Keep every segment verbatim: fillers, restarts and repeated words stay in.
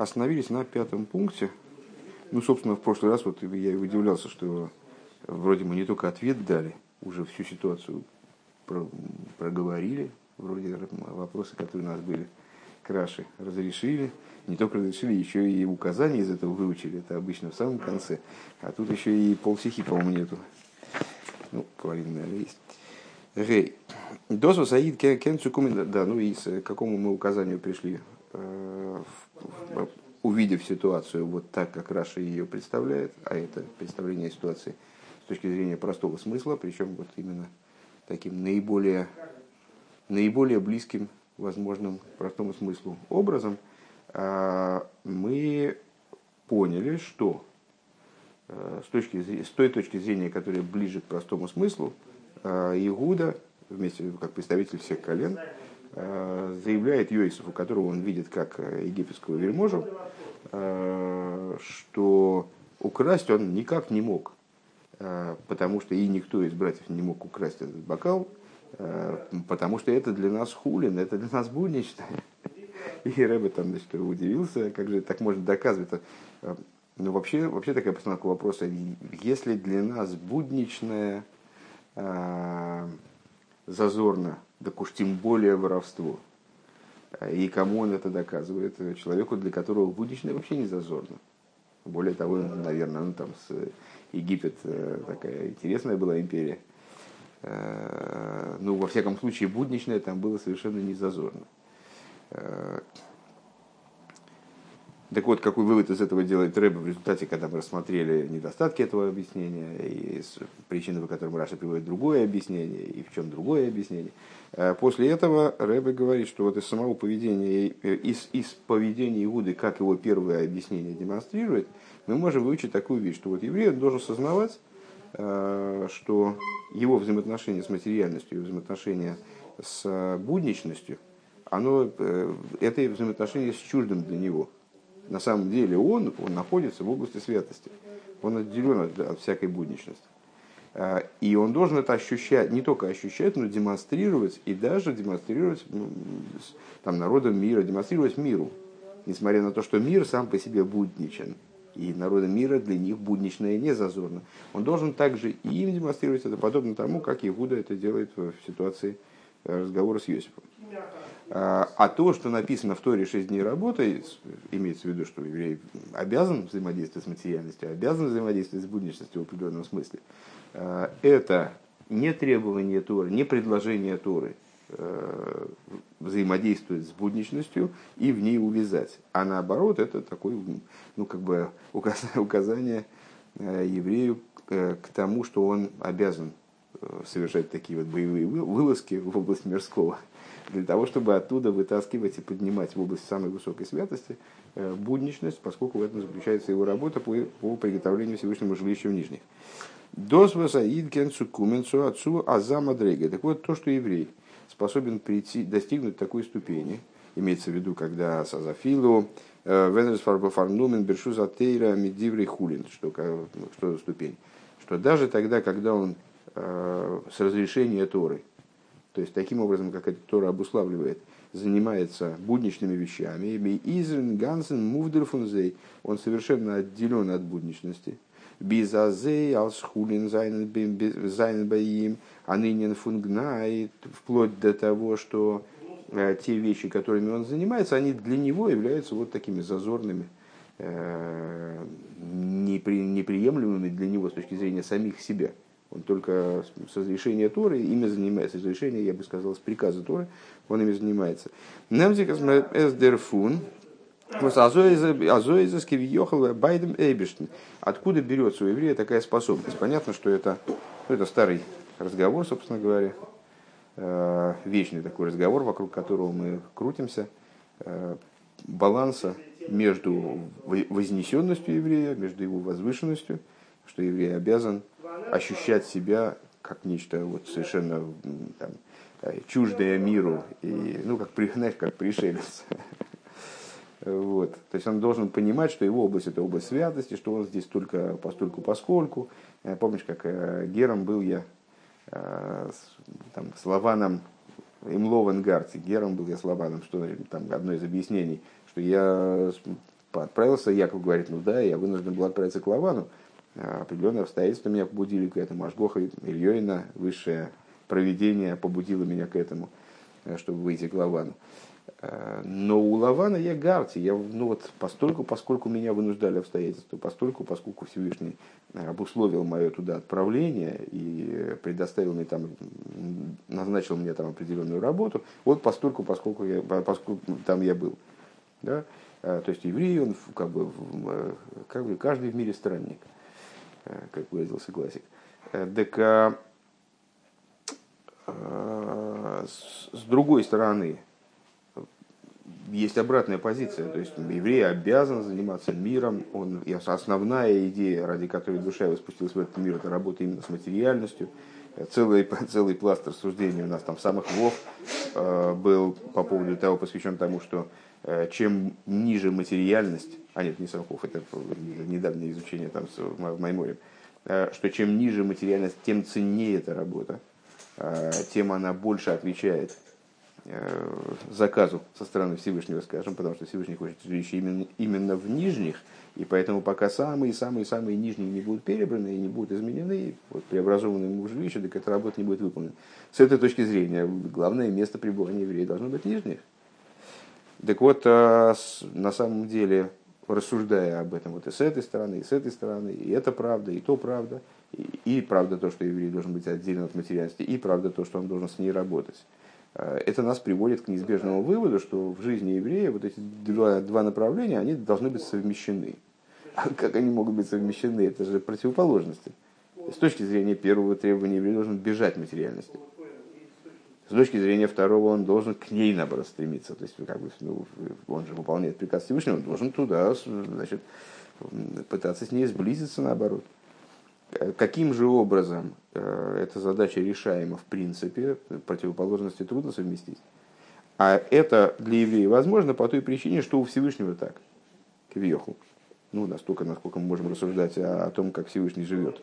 остановились на пятом пункте. Ну, собственно, в прошлый раз вот я и удивлялся, что вроде мы не только ответ дали, уже всю ситуацию про- проговорили, вроде вопросы, которые у нас были к Раши, разрешили. Не только разрешили, еще и указания из этого выучили. Это обычно в самом конце. А тут еще и полстихи, по-моему, нету. Ну, половина, наверное, есть. Гей. Досу Саид Кен Цукумин. Да, ну и к какому мы указанию пришли, увидев ситуацию вот так, как Раша ее представляет, а это представление ситуации с точки зрения простого смысла, причем вот именно таким наиболее, наиболее близким, возможным простому смыслу образом, мы поняли, что с, точки, с той точки зрения, которая ближе к простому смыслу, Иуда, вместе как представитель всех колен, заявляет Йосифу, которого он видит как египетского вельможу, что украсть он никак не мог, потому что и никто из братьев не мог украсть этот бокал, потому что это для нас хулин, это для нас буднично. И Ребе там, значит, удивился, как же так можно доказывать. Ну, вообще, вообще такая постановка вопроса, если для нас будничное зазорно, так уж тем более воровство. И кому он это доказывает? Человеку, для которого будничное вообще не зазорно. Более того, наверное, ну, там с Египет такая интересная была империя. Ну, во всяком случае, будничное там было совершенно не зазорно. Так вот, какой вывод из этого делает Ребе в результате, когда мы рассмотрели недостатки этого объяснения, и причины, по которым Раша приводит другое объяснение, и в чем другое объяснение. После этого Ребе говорит, что вот из самого поведения, из, из поведения Иуды, как его первое объяснение демонстрирует, мы можем выучить такую вещь, что вот еврей должен сознавать, что его взаимоотношения с материальностью, его взаимоотношения с будничностью, оно, это взаимоотношение с чуждым для него. На самом деле он, он находится в области святости. Он отделен от, от всякой будничности. И он должен это ощущать, не только ощущать, но демонстрировать, и даже демонстрировать там, народам мира, демонстрировать миру. Несмотря на то, что мир сам по себе будничен. И народы мира для них будничное не зазорно. Он должен также и им демонстрировать это, подобно тому, как Иуда это делает в ситуации разговора с Йосифом. А то, что написано в Торе «шесть дней работы», имеется в виду, что еврей обязан взаимодействовать с материальностью, обязан взаимодействовать с будничностью в определенном смысле, это не требование Торы, не предложение Торы взаимодействовать с будничностью и в ней увязать. А наоборот, это такое, ну, как бы указание еврею к тому, что он обязан совершать такие вот боевые вылазки в область мирского, для того, чтобы оттуда вытаскивать и поднимать в область самой высокой святости будничность, поскольку в этом заключается его работа по, по приготовлению Всевышнему жилища в Нижних. Досваса идкенцу куменцу отцу азама дрега. Так вот, то, что еврей способен прийти, достигнуть такой ступени, имеется в виду, когда сазафилу, венерс фарнумен бершу затейра медиврей хулин, что, что за ступень, что даже тогда, когда он с разрешения Торы, то есть таким образом, как эта Тора обуславливает, занимается будничными вещами, он совершенно отделен от будничности. Вплоть до того, что те вещи, которыми он занимается, они для него являются вот такими зазорными, неприемлемыми для него с точки зрения самих себя. Он только с разрешения Торы ими занимается. С разрешения, я бы сказал, с приказа Торы он ими занимается. Откуда берется у еврея такая способность? Понятно, что это, это старый разговор, собственно говоря. Вечный такой разговор, вокруг которого мы крутимся. Баланса между вознесенностью еврея, между его возвышенностью, что еврей обязан ощущать себя как нечто вот совершенно там, чуждое миру, и, ну, как, знаешь, как пришелец. Вот. То есть он должен понимать, что его область — это область святости, что он здесь только постольку поскольку. Помнишь, как Гером был я там, с Лаваном им Ловен Гарти. Гером был я с Лаваном, что там одно из объяснений, что я отправился, Яков говорит, ну да, я вынужден был отправиться к Лавану. Определенные обстоятельства меня побудили к этому. Ашгоха Ильёйна, высшее провидение, побудило меня к этому, чтобы выйти к Лавану. Но у Лавана я гарти, я, ну вот, постольку, поскольку меня вынуждали обстоятельства, постольку, поскольку Всевышний обусловил мое туда отправление и предоставил мне там, назначил мне там определенную работу, вот постольку, поскольку, я, поскольку там я был. Да? То есть еврей, он как бы, как бы каждый в мире странник, как выразился классик. Так, а, а, с, с другой стороны, есть обратная позиция, то есть еврей обязан заниматься миром, он, и основная идея, ради которой душа его спустилась в этот мир, это работа именно с материальностью. Целый, целый пласт рассуждений у нас там самых вов э, был по поводу того, посвящен тому, что э, чем ниже материальность, а нет, не Самхов, это недавнее изучение там в Майморе, э, что чем ниже материальность, тем ценнее эта работа, э, тем она больше отвечает заказу со стороны Всевышнего, скажем, потому что Всевышний хочет жилища именно, именно в нижних, и поэтому пока самые-самые-самые нижние не будут перебраны и не будут изменены, вот, преобразованы ему в жилище, так эта работа не будет выполнена. С этой точки зрения, главное место пребывания еврея должно быть нижних. Так вот, на самом деле, рассуждая об этом вот и с этой стороны, и с этой стороны, и это правда, и то правда, и, и правда то, что еврей должен быть отделен от материальности, и правда то, что он должен с ней работать. Это нас приводит к неизбежному выводу, что в жизни еврея вот эти два, два направления, они должны быть совмещены. А как они могут быть совмещены? Это же противоположности. С точки зрения первого требования еврей должен бежать материальности. С точки зрения второго он должен к ней, наоборот, стремиться. То есть, как бы, ну, он же выполняет приказ Всевышнего, он должен туда, значит, пытаться с ней сблизиться, наоборот. Каким же образом э, эта задача решаема в принципе, противоположности трудно совместить. А это для еврея возможно по той причине, что у Всевышнего так, квиоху. Ну, настолько, насколько мы можем рассуждать о, о том, как Всевышний живет.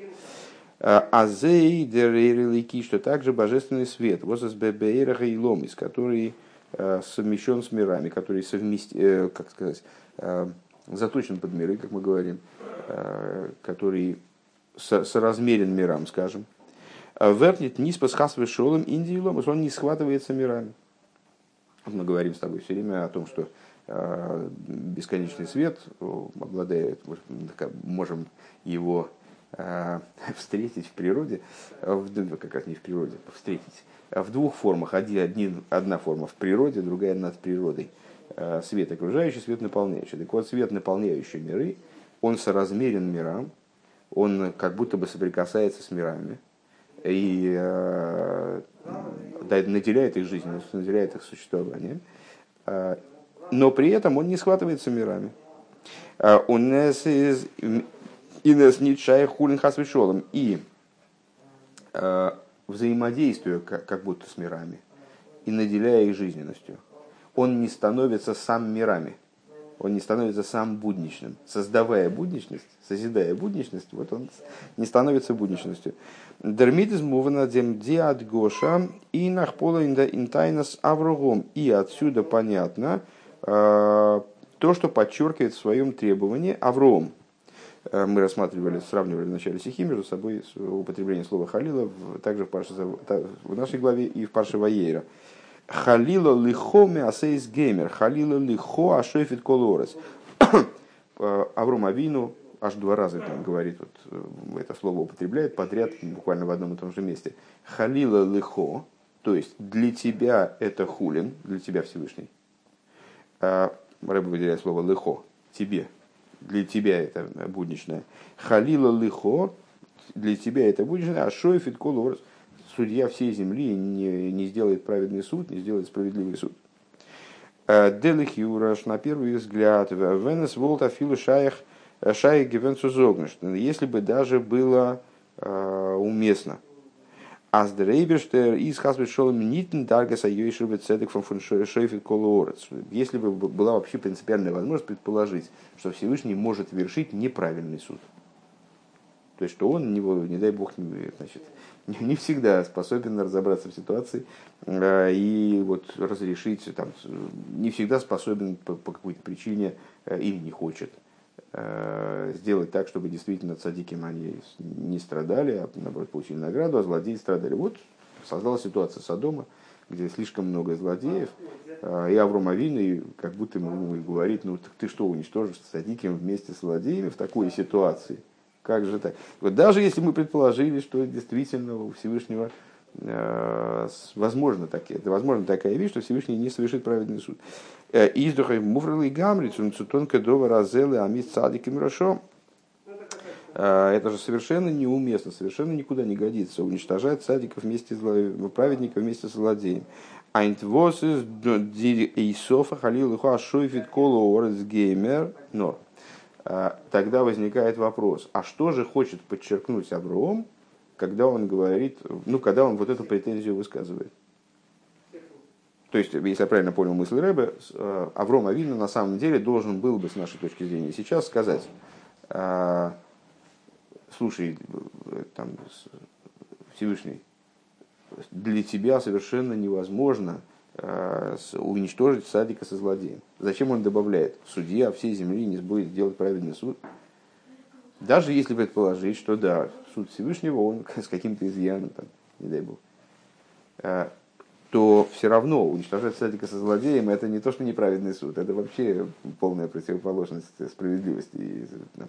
Азей деререлики, что также божественный свет, возбебеираха и ломис, который э, совмещен с мирами, который совмест... э, как сказать, э, заточен под миры, как мы говорим, э, который соразмерен мирам, скажем. Вернит низ пасхасвы шолом индиилом, он не схватывается мирами. Мы говорим с тобой все время о том, что э, бесконечный свет обладает, можем его э, встретить в природе, в, как раз не в природе, встретить в двух формах. Один, один, одна форма в природе, другая над природой. Э, свет окружающий, свет наполняющий. Так вот, свет наполняющий миры, он соразмерен мирам, он как будто бы соприкасается с мирами и э, наделяет их жизнью, наделяет их существованием, э, но при этом он не схватывается мирами. И э, взаимодействуя как, как будто с мирами и наделяя их жизненностью, он не становится сам мирами. Он не становится сам будничным. Создавая будничность, созидая будничность, вот он не становится будничностью. Дермитизм мувана дем диад гоша и нахпола интайнас аврогом. И отсюда понятно э, то, что подчеркивает в своем требовании Авром. Э, мы рассматривали, сравнивали в начале стихи между собой употребление слова халила, в, также в, парше, в нашей главе и в парше Ваейра. Халила лихо меасейс геймер, халила лихо ашофит колорес. Авром Авину аж два раза там говорит, вот, это слово употребляет подряд, буквально в одном и том же месте. Халила лихо, то есть для тебя это хулин, для тебя Всевышний. Рэб выделяет слово лихо, тебе, для тебя это будничное. Халила лихо, для тебя это будничное, ашофит колорес. Судья всей земли не, не сделает праведный суд, не сделает справедливый суд. Делихюраш, на первый взгляд, Венес Волта Филу Шаях Шаях Гевенцу Зогнеш, если бы даже было э, уместно. Аздерейберштер из Хасбет Шолом Нитн Даргаса Йойшеве Цедек фон Шойфет Колоорец. Если бы была вообще принципиальная возможность предположить, что Всевышний может вершить неправильный суд. То есть, что он, не, не дай бог, не, значит, не всегда способен разобраться в ситуации и вот разрешить, там, не всегда способен по, по какой-то причине или не хочет сделать так, чтобы действительно цадиким они не страдали, а наоборот получили награду, а злодеи страдали. Вот создалась ситуация Содома, где слишком много злодеев, и Авром Авину как будто ему говорит: ну так ты что, уничтожишь цадиким вместе с злодеями в такой ситуации? Как же так? Вот даже если мы предположили, что действительно у Всевышнего э, возможно, так, это возможно такая вещь, что Всевышний не совершит праведный суд. Издухай муфралы гамрицун цутонка дова разелы амис цадиким рашо. Это же совершенно неуместно, совершенно никуда не годится уничтожать цадиков вместе с праведников вместе с злодеем. Айнтвос из Исофа халил иху ашойфит колу орец геймер нор. Тогда возникает вопрос, а что же хочет подчеркнуть Авром, когда он говорит, ну, когда он вот эту претензию высказывает? То есть, если я правильно понял мысль Ребе, Авром Авину на самом деле должен был бы, с нашей точки зрения, сейчас сказать: слушай, там, Всевышний, для тебя совершенно невозможно уничтожить садика со злодеем. Зачем он добавляет: судья всей земли не будет делать праведный суд? Даже если предположить, что да, суд Всевышнего, он с каким-то изъяном, там, не дай бог, то все равно уничтожать садика со злодеем — это не то, что неправедный суд, это вообще полная противоположность справедливости.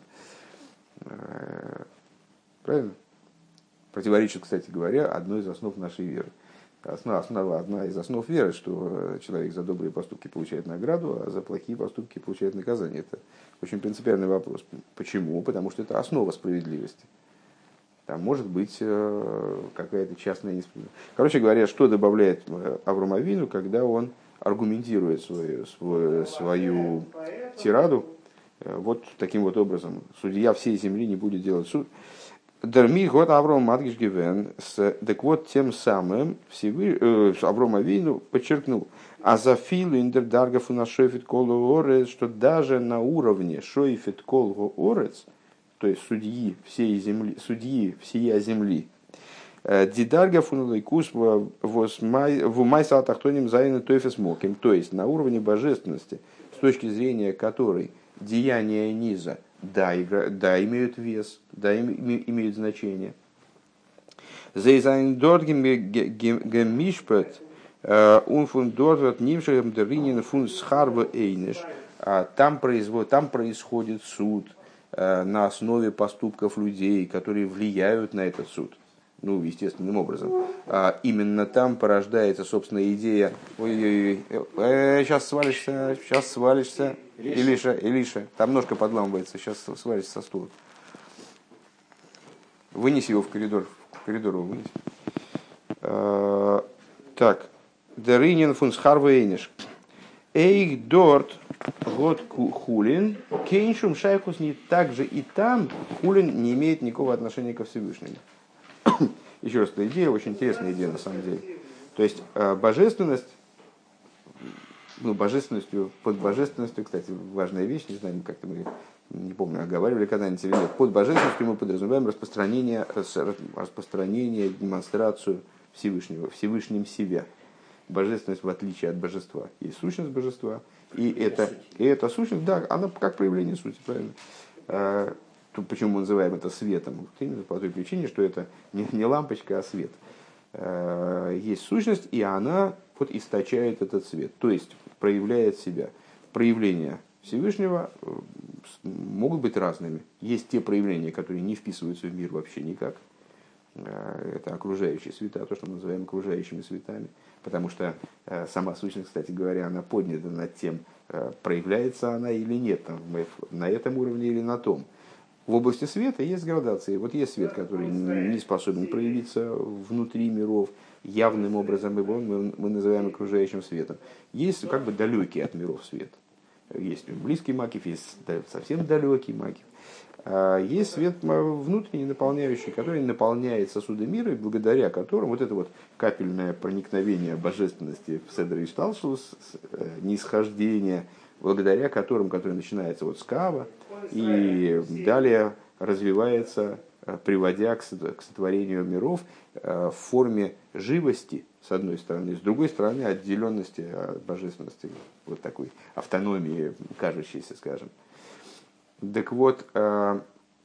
Правильно? Противоречит, кстати говоря, одной из основ нашей веры. Основа, основа, одна из основ веры, что человек за добрые поступки получает награду, а за плохие поступки получает наказание. Это очень принципиальный вопрос. Почему? Потому что это основа справедливости. Там может быть какая-то частная несправедливость. Короче говоря, что добавляет Авром Авину, когда он аргументирует свою, свою, свою тираду вот таким вот образом: судья всей земли не будет делать суд. Дерми год Авром Мадгиш Гивен, так вот тем самым Авром Авину подчеркнул: а за филу индердаргафу на шойфет колу орец, что даже на уровне шойфет колу орец, то есть судьи всей земли, судьи всея земли, дидаргафу на лайкус в майса атахтоним зайна тойфес моким, то есть на уровне божественности, с точки зрения которой деяния низа Да, игра, да, имеют вес, да, им, имеют значение. Зейзайн доргем гемишпет он фун дорват нимшем деринин фун схарва эйнеш. Там происходит суд на основе поступков людей, которые влияют на этот суд. Ну, естественным образом. А именно там порождается, собственно, идея: ой-ой-ой, э, сейчас свалишься, сейчас свалишься, Илиша, Илиша, там ножка подламывается, сейчас свалишься со стула. Вынеси его в коридор, в коридор его вынеси. А, так, Деринин фун схарвейниш. Эйх дорт год хулин, кейншум шайхус, не так же и там хулин не имеет никакого отношения ко Всевышнему. Еще раз, эта идея очень интересная идея на самом деле. То есть божественность, ну, божественностью, под божественностью, кстати, важная вещь, не знаю, как-то мы, не помню, оговаривали когда-нибудь или нет. Под божественностью мы подразумеваем распространение, распространение, демонстрацию Всевышнего, Всевышним себя. Божественность в отличие от божества. Есть сущность божества, и это, и эта сущность, да, она как проявление сути, правильно? Тут почему мы называем это светом? Именно по той причине, что это не, не лампочка, а свет. Есть сущность, и она вот источает этот свет, то есть проявляет себя. Проявления Всевышнего могут быть разными. Есть те проявления, которые не вписываются в мир вообще никак. Это окружающие света, то, что мы называем окружающими светами. Потому что сама сущность, кстати говоря, она поднята над тем, проявляется она или нет, там, на этом уровне или на том. В области света есть градации. Вот есть свет, который не способен проявиться внутри миров явным образом, его мы, мы называем окружающим светом. Есть как бы далекий от миров свет. Есть близкий макив, есть совсем далекий макив. Есть свет внутренний, наполняющий, который наполняет сосуды мира, и благодаря которому вот это вот капельное проникновение божественности в Седер Ишталшус, нисхождение, благодаря которым, которое начинается вот с Кава, и далее развивается приводя к сотворению миров в форме живости, с одной стороны, с другой стороны, отделенности от божественности, вот такой автономии, кажущейся, скажем. Так вот, в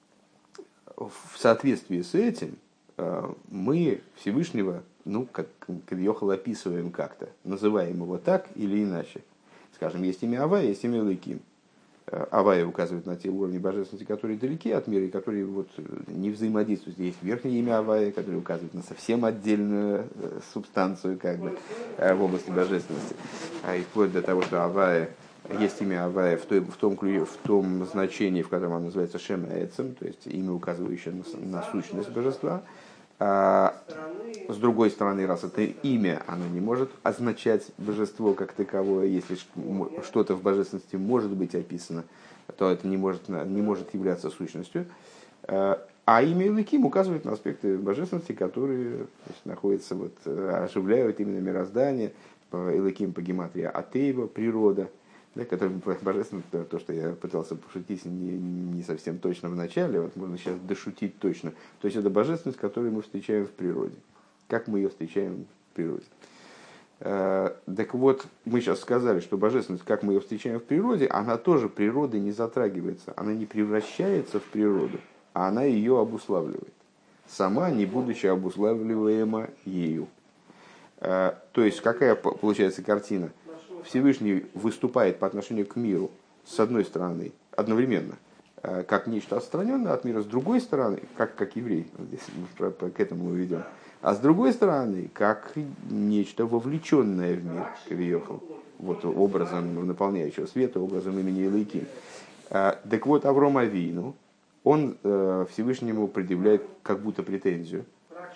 соответствии с этим мы Всевышнего, ну, как Кавьохал описываем как-то, называем его так или иначе. Скажем, есть имя Авая, есть имя Элоким. Авая указывает на те уровни божественности, которые далеки от мира и которые вот не взаимодействуют. Есть верхнее имя Авая, которое указывает на совсем отдельную субстанцию как бы, в области божественности. А и вплоть до того, что Авая, есть имя Авая в, той, в, том, в том значении, в котором оно называется Шем Эцем, то есть имя, указывающее на, на сущность божества. А с другой стороны, раз это имя, оно не может означать божество как таковое. Если что-то в божественности может быть описано, то это не может, не может являться сущностью. А имя Элоким указывает на аспекты божественности, которые, значит, находятся, вот, оживляют именно мироздание. Элоким по гематрии Атеева, природа. Да, который божественно, то, что я пытался пошутить не, не совсем точно в начале, вот можно сейчас дошутить точно. То есть это божественность, которую мы встречаем в природе. Как мы ее встречаем в природе. Э, так вот, мы сейчас сказали, что божественность, как мы ее встречаем в природе, она тоже природой не затрагивается. Она не превращается в природу, а она ее обуславливает. Сама, не будучи обуславливаема ею. Э, то есть, какая получается картина? Всевышний выступает по отношению к миру, с одной стороны, одновременно, как нечто отстраненное от мира, с другой стороны, как, как еврей, здесь мы к этому мы ведем, а с другой стороны, как нечто вовлеченное в мир, Кавьохал, вот образом наполняющего света, образом имени Элоким. Так вот, Авром Авину, он Всевышнему предъявляет как будто претензию.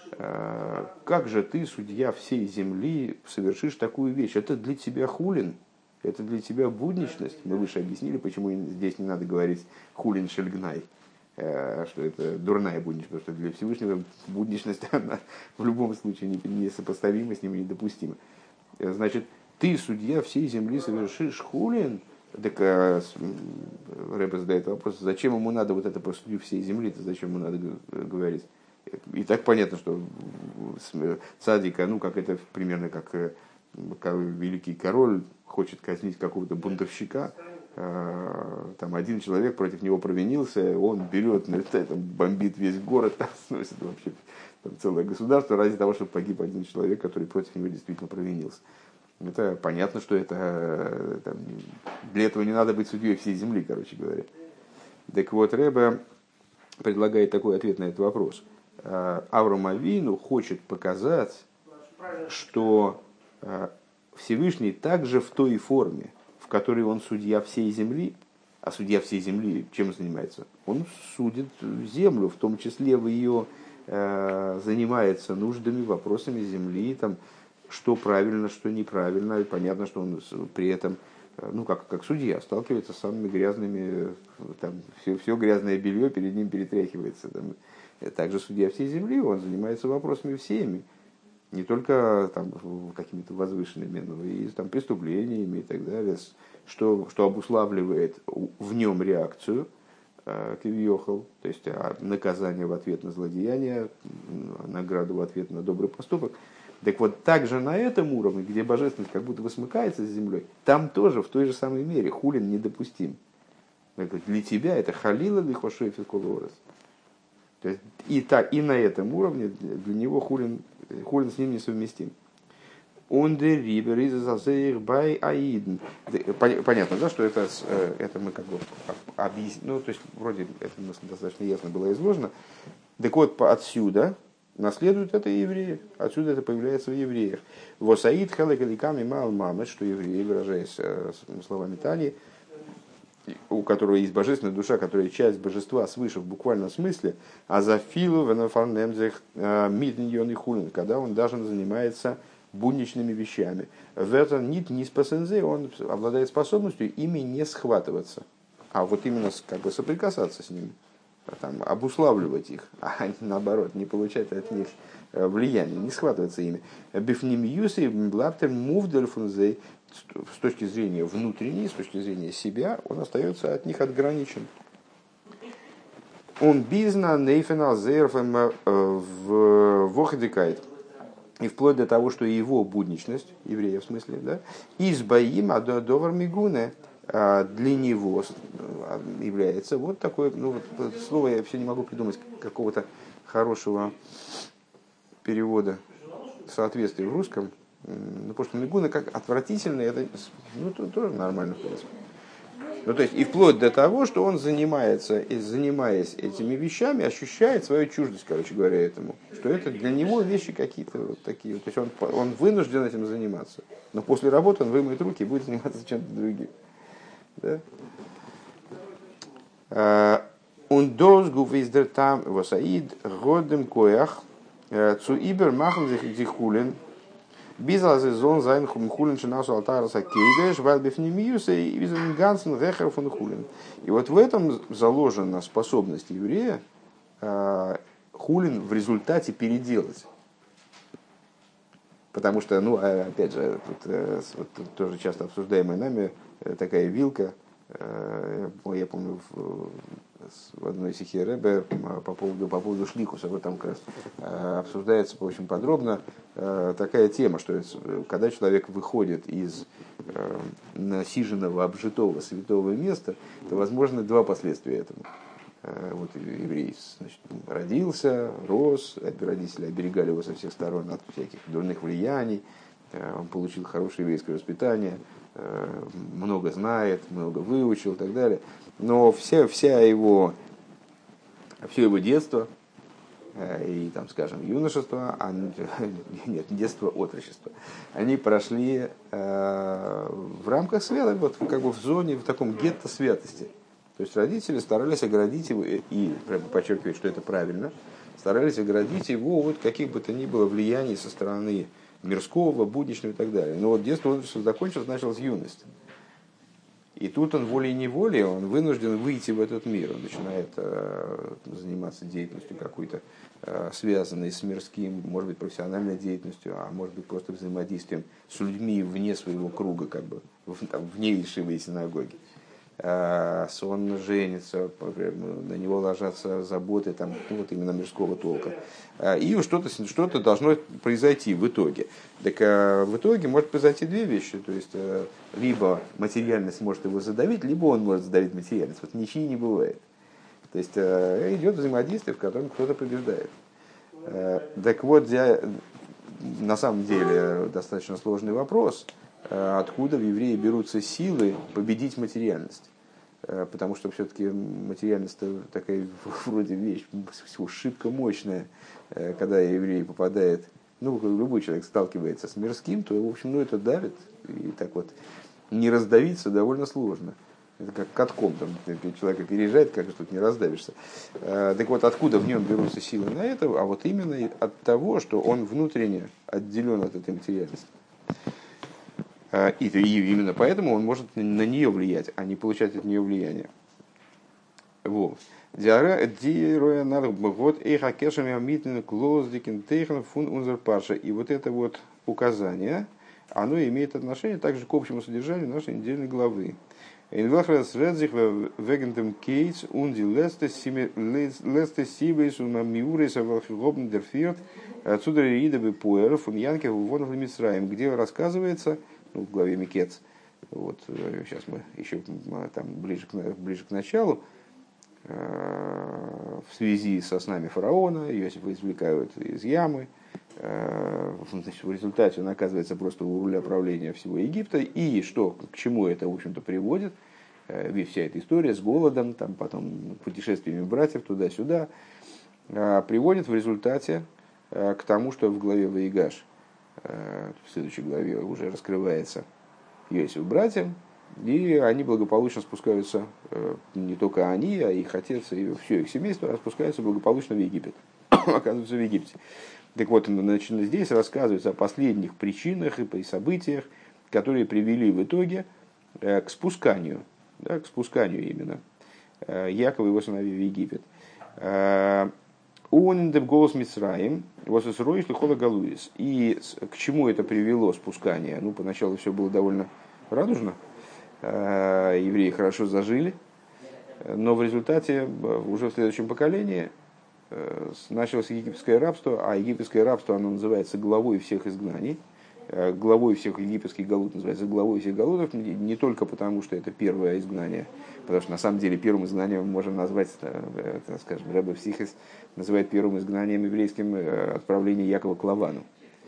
Как же ты, судья всей земли, совершишь такую вещь? Это для тебя хулин, это для тебя будничность. Мы выше объяснили, почему здесь не надо говорить хулин шельгнай, что это дурная будничность, потому что для Всевышнего будничность она в любом случае несопоставима с ним и недопустима. Значит, ты, судья всей земли, совершишь хулин? Так Рэбе задает вопрос, зачем ему надо вот это про судью всей земли-то, зачем ему надо говорить? И так понятно, что цадика, ну, как это примерно как, как великий король хочет казнить какого-то бунтовщика, там один человек против него провинился, он берет, там, бомбит весь город, там, сносит вообще там, целое государство ради того, чтобы погиб один человек, который против него действительно провинился. Это понятно, что это там, для этого не надо быть судьей всей земли, короче говоря. Так вот, Ребе предлагает такой ответ на этот вопрос. Авром Авину хочет показать, что Всевышний также в той форме, в которой он судья всей земли, а судья всей земли чем занимается? Он судит землю, в том числе в ее занимается нуждами, вопросами земли, там, что правильно, что неправильно. И понятно, что он при этом, ну, как, как судья, сталкивается с самыми грязными, там, все, все грязное белье перед ним перетряхивается. Там. Также судья всей земли, он занимается вопросами всеми, не только там, какими-то возвышенными, но и там, преступлениями и так далее, что, что обуславливает в нем реакцию э, Кавьохал, то есть наказание в ответ на злодеяние, награду в ответ на добрый поступок. Так вот, также на этом уровне, где божественность как будто высмыкается с землей, там тоже в той же самой мере хулин недопустим. Для тебя это халила лихошой фискулорес. То есть и, так, и на этом уровне для него хулин, хулин с ним несовместим. Понятно, да, что это, это мы как бы объяснили, ну, то есть вроде эта мысль достаточно ясно была изложена. Так вот, отсюда наследуют это евреи, отсюда это появляется в евреях. Восаид халакаликами мал мамы, что евреи, выражаясь словами Тани, у которого есть божественная душа, которая часть божества свыше в буквальном смысле, а за филу венафарнемзех мидньон и хулин, когда он даже занимается будничными вещами. В это нит не спасензе, он обладает способностью ими не схватываться, а вот именно как бы соприкасаться с ними, там, обуславливать их, а наоборот, не получать от них влияния, не схватываться ими. Бифним юсы блаптер мувдельфунзей, с точки зрения внутренней, с точки зрения себя, он остается от них отграничен. Он бизна нейфенал зерфем в вохдикайт. И вплоть до того, что его будничность, еврея в смысле, да, избаим адовар мигуне, для него является вот такое, ну вот слово я вообще не могу придумать какого-то хорошего перевода соответствия в русском. Ну, потому что мигуна как отвратительно, это ну, тоже нормально, в принципе. Ну, то есть, и вплоть до того, что он занимается, и занимаясь этими вещами, ощущает свою чуждость, короче говоря, этому. Что это для него вещи какие-то вот такие. То есть, он, он вынужден этим заниматься. Но после работы он вымоет руки и будет заниматься чем-то другим. Да? Он должен виздер там восаид годем коях цу ибер махн зихулин. Бизнес зон зайн хулин шинасу алтараса кейдеш вальбифнемиюса и визен гансен рехер фон хулин. И вот в этом заложена способность еврея хулин в результате переделать. Потому что, ну, опять же, тут, вот, тут тоже часто обсуждаемая нами такая вилка. Я помню, в, в одной сихе Ребе по поводу, по поводу шлихуса, в этом как раз обсуждается очень подробно такая тема, что когда человек выходит из насиженного, обжитого, святого места, то возможно два последствия этому. Вот еврей, значит, родился, рос, родители оберегали его со всех сторон от всяких дурных влияний, он получил хорошее еврейское воспитание, много знает, много выучил и так далее. Но вся, вся его, все его детство и, там, скажем, юношество, а, нет, детство, отрочество, они прошли э, в рамках света, вот, как бы в зоне, в таком гетто святости. То есть родители старались оградить его, и подчеркивают, что это правильно, старались оградить его от каких бы то ни было влияний со стороны мирского, будничного и так далее. Но вот детство он закончилось, началось юность. И тут он волей-неволей, он вынужден выйти в этот мир. Он начинает э, заниматься деятельностью какой-то, э, связанной с мирским, может быть, профессиональной деятельностью, а может быть, просто взаимодействием с людьми вне своего круга, как бы, в, там, вне ешивы синагоги. Он женится, на него ложатся заботы там, ну, вот именно мирского толка. И что-то, что-то должно произойти в итоге. Так в итоге может произойти две вещи. То есть, либо материальность может его задавить, либо он может задавить материальность. Вот ничьи не бывает. То есть, идет взаимодействие, в котором кто-то побеждает. Так вот, я, на самом деле, достаточно сложный вопрос. Откуда в евреи берутся силы победить материальность? Потому что все-таки материальность такая вроде вещь шибко мощная. Когда еврей попадает, ну, любой человек сталкивается с мирским, то, в общем, ну, это давит. И так вот не раздавиться довольно сложно. Это как катком, там, человека переезжает, как же тут не раздавишься. Так вот, откуда в нем берутся силы на это? А вот именно от того, что он внутренне отделен от этой материальности. И, и именно поэтому он может на нее влиять, а не получать от нее влияние. Вот. Вот и вот это вот указание, оно имеет отношение также к общему содержанию нашей недельной главы. Отсюда где рассказывается, ну, в главе Микец, вот, сейчас мы еще там, ближе, к, ближе к началу, в связи со снами фараона, Иосифа извлекают из ямы, значит, в результате он оказывается просто у руля правления всего Египта, и что, к чему это, в общем-то, приводит, вся эта история с голодом, там, потом путешествиями братьев туда-сюда, приводит в результате к тому, что в главе Ваигаш, в следующей главе уже раскрывается Иосиф братьям, и они благополучно спускаются, не только они, а их отец и все их семейство спускаются благополучно в Египет, оказываются в Египте. Так вот, значит, здесь рассказывается о последних причинах и событиях, которые привели в итоге к спусканию, да, к спусканию именно Якова и его сыновей в Египет. Уониндем голос Мицраим, вососроиш лихола галуис. И к чему это привело спускание? Ну, поначалу все было довольно радужно. Евреи хорошо зажили. Но в результате уже в следующем поколении началось египетское рабство, а египетское рабство оно называется главой всех изгнаний. Главой всех египетских галут называется главой всех галутов, не только потому, что это первое изгнание, потому что на самом деле первым изгнанием мы можем назвать, скажем, Ребе Психис называет первым изгнанием еврейским отправление Якова к Лавану.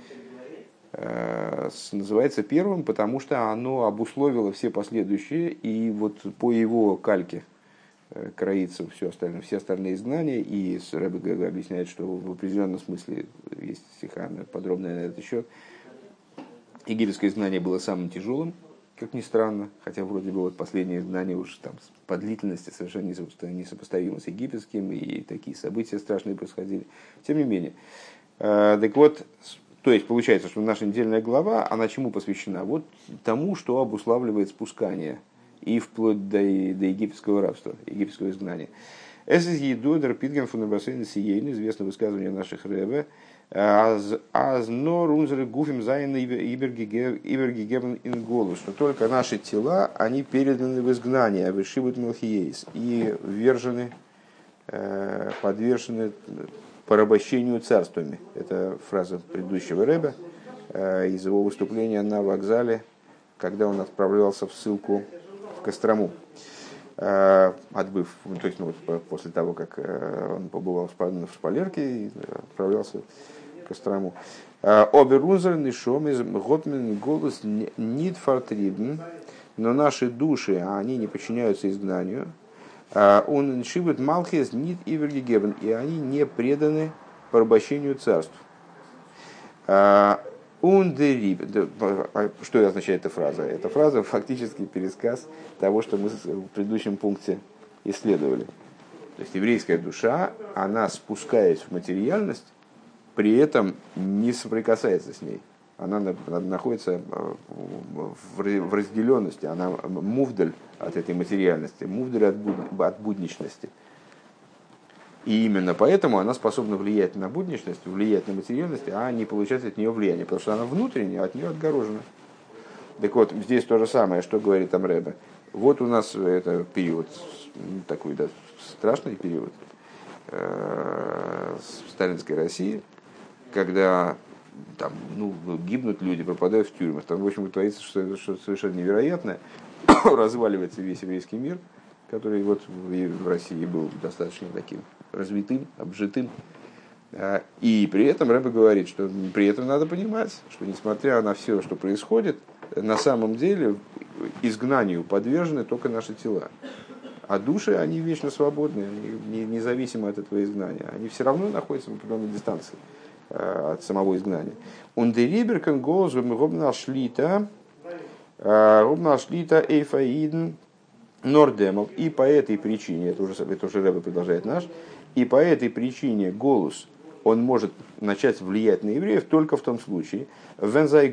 Называется первым, потому что оно обусловило все последующие, и вот по его кальке кроится все остальное, все остальные изгнания, и Ребе объясняет, что в определенном смысле есть стиха подробная на этот счет. Египетское изгнание было самым тяжелым, как ни странно, хотя вроде бы вот последнее изгнание уж там по длительности совершенно несопоставимо с египетским, и такие события страшные происходили. Тем не менее, так вот, то есть получается, что наша недельная глава, она чему посвящена? Вот тому, что обуславливает спускание и вплоть до, до египетского рабства, египетского изгнания. Это известно высказывание наших ребе. Аз нор унзеры гуфим зайны ибергегебен ин голос, что только наши тела, они переданы в изгнание, вышибут мелхиейс, и ввержены, подвержены порабощению царствами. Это фраза предыдущего ребе из его выступления на вокзале, когда он отправлялся в ссылку в Кострому. Отбыв, то есть ну, вот, после того, как он побывал в Шпалерке и отправлялся в Кострому. Оберунзер нишом из готмен голос нит фартрибн, но наши души, они не подчиняются изгнанию. Он шибет малхес нит ивергегебен, и они не преданы порабощению царств. Что означает эта фраза? Эта фраза фактически пересказ того, что мы в предыдущем пункте исследовали. То есть еврейская душа, она, спускаясь в материальность, при этом не соприкасается с ней. Она находится в разделенности, она мувдаль от этой материальности, мувдаль от будничности. И именно поэтому она способна влиять на будничность, влиять на материальность, а не получать от нее влияние, потому что она внутренне от нее отгорожена. Так вот, здесь то же самое, что говорит там Ребе. Вот у нас это период, такой да, страшный период э, в сталинской России, когда там, ну, гибнут люди, пропадают в тюрьмах. Там, в общем, творится что-то, что-то совершенно невероятное. Разваливается весь еврейский мир, который вот в России был достаточно таким развитым, обжитым. И при этом Ребе говорит, что при этом надо понимать, что несмотря на все, что происходит, на самом деле изгнанию подвержены только наши тела. А души, они вечно свободны, они независимо от этого изгнания. Они все равно находятся в определенной дистанции от самого изгнания. Ундериберкен голос гобнал шлита, гобнал шлита эйфаидн нордемов. И по этой причине, это уже, это уже Ребе продолжает наш, и по этой причине голос, он может начать влиять на евреев только в том случае, когда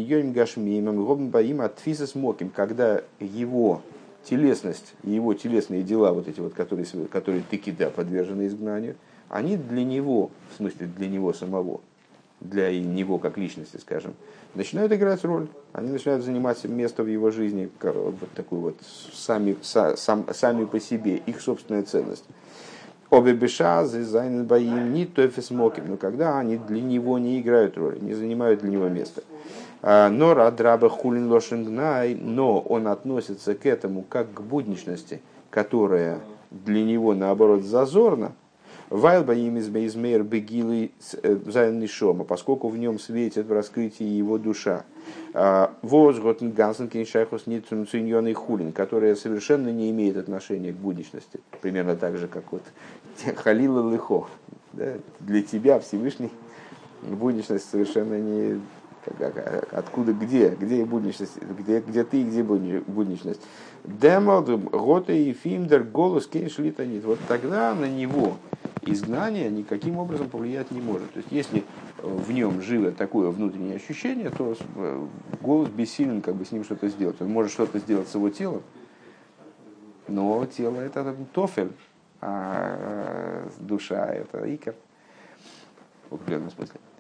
его телесность и его телесные дела, вот эти вот, которые, которые тыкида подвержены изгнанию, они для него, в смысле для него самого, для него как личности, скажем, начинают играть роль. Они начинают занимать место в его жизни, вот такую вот сами, сам, сами по себе, их собственная ценность. Обе бешазы зайнен боим ни тофис моким, но когда они для него не играют роли, не занимают для него места. Но радраба хулин лошенгнай, но он относится к этому как к будничности, которая для него наоборот зазорна. Вайлба им из Бейзмейр бегилы зайнен шома, поскольку в нем светит в раскрытии его душа. Возготн гансен киншайхус нитцунциньон хулин, которая совершенно не имеет отношения к будничности. Примерно так же, как вот халила лихо. Да? Для тебя Всевышний будничность совершенно не... Откуда, где? Где будничность? Где, где ты и где будничность? Демалд, гота и фимдер, голос кейшлитанит. Вот тогда на него изгнание никаким образом повлиять не может. То есть, если в нем живо такое внутреннее ощущение, то голос бессилен как бы с ним что-то сделать. Он может что-то сделать с его телом, но тело это тофель, а душа это икар в определенном смысле.